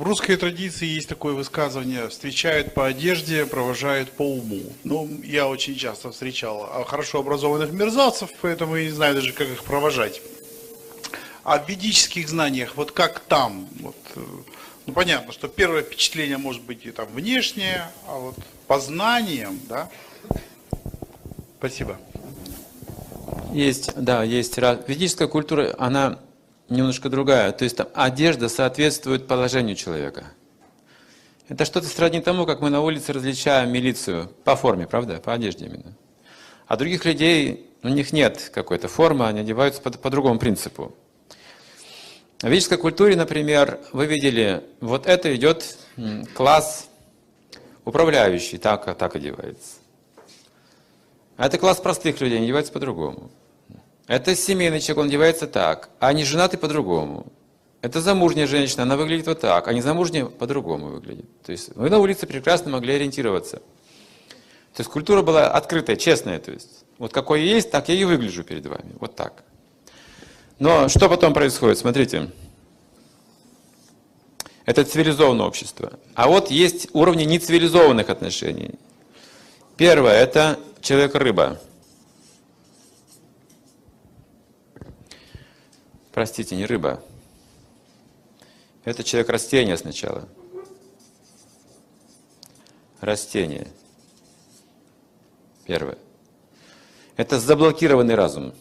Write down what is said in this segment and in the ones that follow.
русской традиции есть такое высказывание: встречают по одежде, провожают по уму. Ну, я очень часто встречал хорошо образованных мерзавцев, поэтому я не знаю даже, как их провожать. А в ведических знаниях, вот как там, вот, ну понятно, что первое впечатление может быть и там внешнее, а вот по знаниям, да? Спасибо. Есть, да, есть. Ведическая культура, она немножко другая. То есть там одежда соответствует положению человека. Это что-то сродни тому, как мы на улице различаем милицию по форме, правда? По одежде именно. А других людей, у них нет какой-то формы, они одеваются по другому принципу. В ведической культуре, например, вы видели, вот это идет класс управляющий, так одевается. А это класс простых людей, они одеваются по-другому. Это семейный человек, он одевается так, а не женатый по-другому. Это замужняя женщина, она выглядит вот так, а не замужняя по-другому выглядит. То есть вы на улице прекрасно могли ориентироваться. То есть культура была открытая, честная. То есть вот какой я есть, так я и выгляжу перед вами. Вот так. Но что потом происходит? Смотрите. Это цивилизованное общество. А вот есть уровни нецивилизованных отношений. Первое – это человек-рыба. Простите, не рыба. Это человек-растение сначала. Растение. Первое. Это заблокированный разум.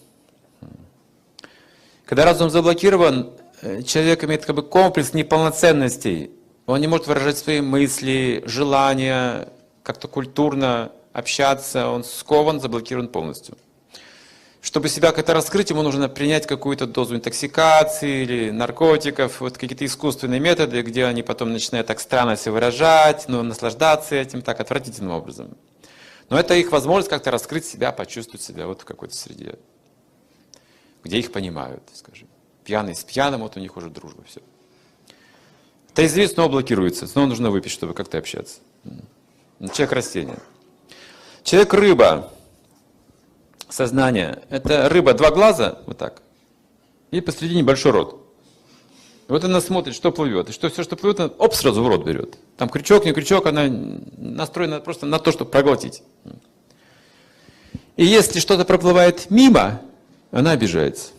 Когда разум заблокирован, человек имеет как бы комплекс неполноценностей. Он не может выражать свои мысли, желания, как-то культурно общаться. Он скован, заблокирован полностью. Чтобы себя как-то раскрыть, ему нужно принять какую-то дозу интоксикации или наркотиков, вот какие-то искусственные методы, где они потом начинают так странно себя выражать, но наслаждаться этим так отвратительным образом. Но это их возможность как-то раскрыть себя, почувствовать себя вот в какой-то среде, где их понимают, скажем. Пьяный с пьяным, вот у них уже дружба, все. Трезвец снова блокируется, снова нужно выпить, чтобы как-то общаться. Человек-растение. Человек-рыба. Сознание. Это рыба, два глаза, вот так, и посредине большой рот. Вот она смотрит, что плывет, и что все, что плывет, она, оп, сразу в рот берет. Там крючок, не крючок, она настроена просто на то, чтобы проглотить. И если что-то проплывает мимо, она обижается.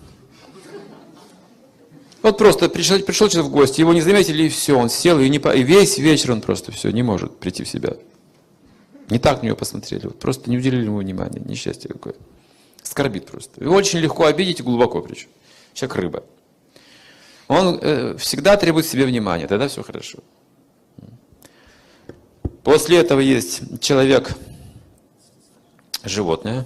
Вот просто пришел человек в гости, его не заметили, и все, он сел, и весь вечер он просто все, не может прийти в себя. Не так на него посмотрели, вот просто не уделили ему внимания, несчастье какое. Скорбит просто. Его очень легко обидеть и глубоко причем. Человек рыба. Он всегда требует себе внимания, тогда все хорошо. После этого есть человек животное.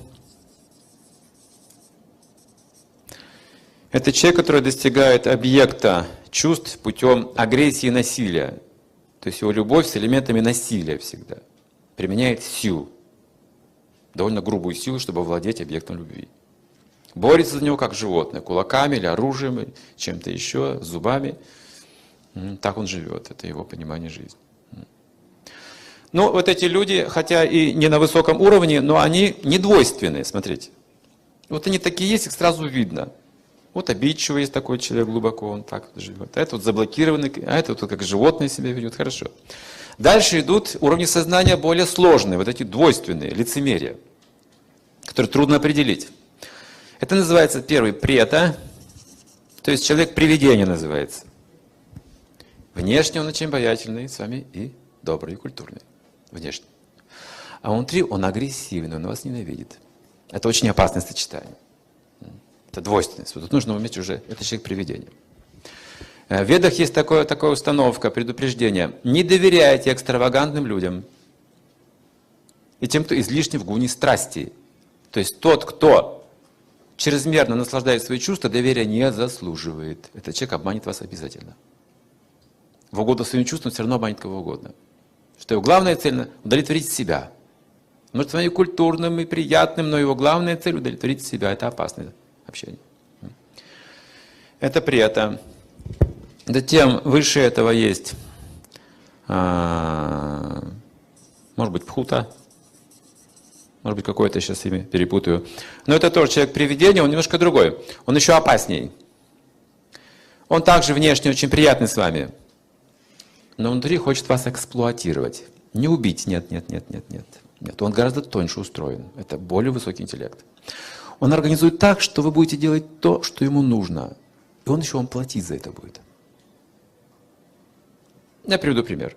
Это человек, который достигает объекта чувств путем агрессии и насилия. То есть его любовь с элементами насилия всегда. Применяет силу. Довольно грубую силу, чтобы овладеть объектом любви. Борется за него как животное, кулаками или оружием, или чем-то еще, зубами. Так он живет, это его понимание жизни. Ну, вот эти люди, хотя и не на высоком уровне, но они не двойственные, смотрите. Вот они такие есть, их сразу видно. Вот обидчивый есть такой человек глубоко, он так живет. А это вот заблокированный, а это вот как животное себя ведет, хорошо. Дальше идут уровни сознания более сложные, вот эти двойственные, лицемерия, которые трудно определить. Это называется первый прета, то есть человек-привидение называется. Внешне он очень обаятельный с вами и добрый, и культурный. Внешне. А внутри он агрессивный, он вас ненавидит. Это очень опасное сочетание. Это двойственность. Вот тут нужно уметь уже, это человек-привидение. В Ведах есть такая установка, предупреждение. Не доверяйте экстравагантным людям и тем, кто излишне в гуне страсти. То есть тот, кто чрезмерно наслаждает свои чувства, доверия не заслуживает. Этот человек обманет вас обязательно. В угоду своим чувствам все равно обманет кого угодно. Что его главная цель – удовлетворить себя. Может, с вами культурным и приятным, но его главная цель – удовлетворить себя. Это опасное общение. Это прета. Затем выше этого есть, может быть, пхута, может быть, какое-то сейчас имя перепутаю. Но это тоже человек-привидение, он немножко другой. Он еще опасней. Он также внешне очень приятный с вами. но внутри хочет вас эксплуатировать. Не убить, нет. Нет, он гораздо тоньше устроен. Это более высокий интеллект. Он организует так, что вы будете делать то, что ему нужно. И он еще вам платить за это будет. Я приведу пример.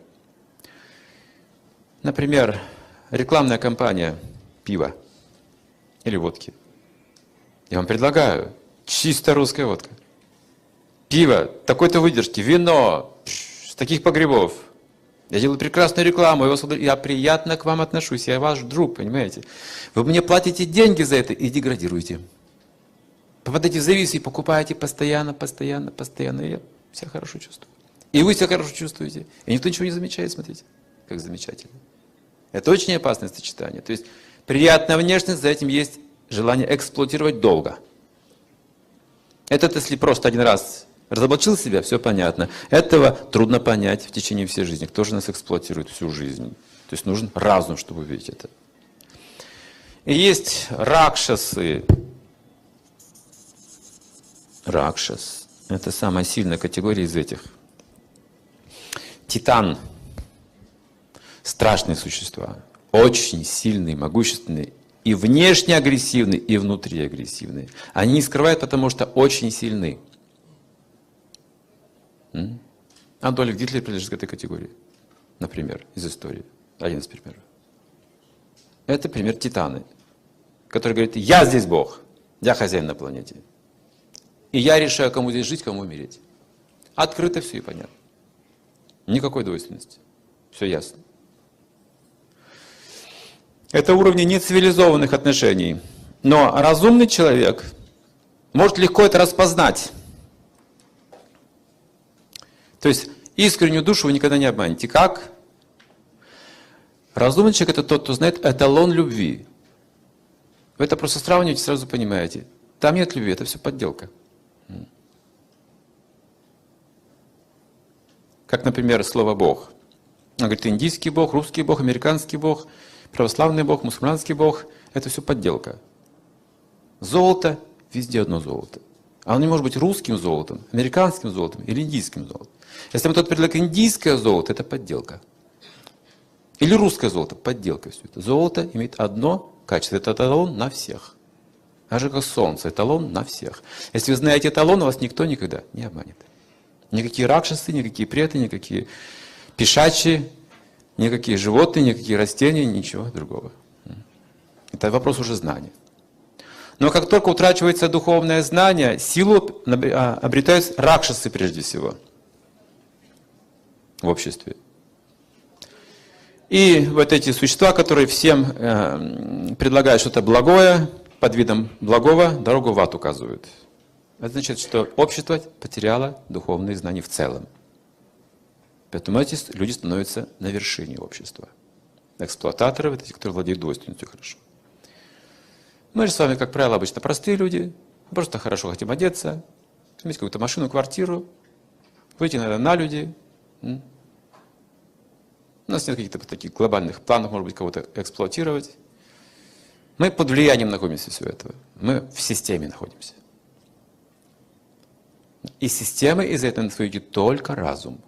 Например, рекламная кампания пива или водки. Я вам предлагаю чисто русская водка. Пиво такой-то выдержки, вино с таких погребов. Я делаю прекрасную рекламу, я приятно к вам отношусь, я ваш друг, понимаете? Вы мне платите деньги за это и деградируете. Попадаете в зависимость и покупаете постоянно. И я себя хорошо чувствую. И вы себя хорошо чувствуете. И никто ничего не замечает, смотрите, как замечательно. Это очень опасное сочетание. То есть приятная внешность, за этим есть желание эксплуатировать долго. Этот, если просто один раз разоблачил себя, все понятно. Этого трудно понять в течение всей жизни. Кто же нас эксплуатирует всю жизнь? То есть нужен разум, чтобы увидеть это. И есть ракшасы. Ракшас. Это самая сильная категория из этих. Титан. Страшные существа. Очень сильные, могущественные. И внешне агрессивные, и внутри агрессивные. Они не скрывают, потому что очень сильны. Адольф Гитлер принадлежит к этой категории. Например, из истории. Один из примеров. Это пример Титаны, который говорит: я здесь Бог, я хозяин на планете. И я решаю, кому здесь жить, кому умереть. Открыто все и понятно. Никакой двойственности. Все ясно. Это уровни нецивилизованных отношений. Но разумный человек может легко это распознать. То есть искреннюю душу вы никогда не обманете. Как? Разумный человек — это тот, кто знает эталон любви. Вы это просто сравниваете, сразу понимаете. Там нет любви, это все подделка. Как, например, слово «Бог». Он говорит: индийский Бог, русский Бог, американский Бог, православный Бог, мусульманский Бог — это все подделка. Золото — везде одно золото. А оно не может быть русским золотом, американским золотом или индийским золотом. Если кто-то предлагает индийское золото, это подделка. Или русское золото, подделка все это. Золото имеет одно качество, это эталон на всех. Так же как солнце, эталон на всех. Если вы знаете эталон, вас никто никогда не обманет. Никакие ракшасы, никакие преты, никакие пешачи, никакие животные, никакие растения, ничего другого. Это вопрос уже знания. Но как только утрачивается духовное знание, силу обретают ракшасы прежде всего в обществе. И вот эти существа, которые всем предлагают что-то благое, под видом благого дорогу в ад указывают. Это значит, что общество потеряло духовные знания в целом. Поэтому эти люди становятся на вершине общества. Эксплуататоры, вот эти, которые владеют двойственностью, хорошо. Мы же с вами, как правило, обычно простые люди, просто хорошо хотим одеться, иметь какую-то машину, квартиру, выйти, наверное, на люди. У нас нет каких-то таких глобальных планов, может быть, кого-то эксплуатировать. Мы под влиянием находимся всего этого. Мы в системе находимся. И системой из этого находит только разум.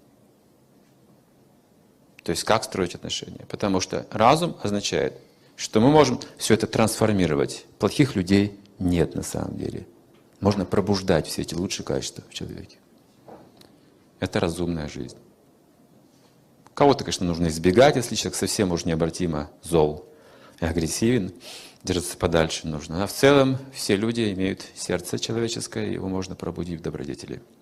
То есть как строить отношения. Потому что разум означает, что мы можем все это трансформировать. Плохих людей нет на самом деле. Можно пробуждать все эти лучшие качества в человеке. Это разумная жизнь. Кого-то, конечно, нужно избегать, если человек совсем уж необратимо зол и агрессивен. Держаться подальше нужно. А в целом все люди имеют сердце человеческое, его можно пробудить в добродетели.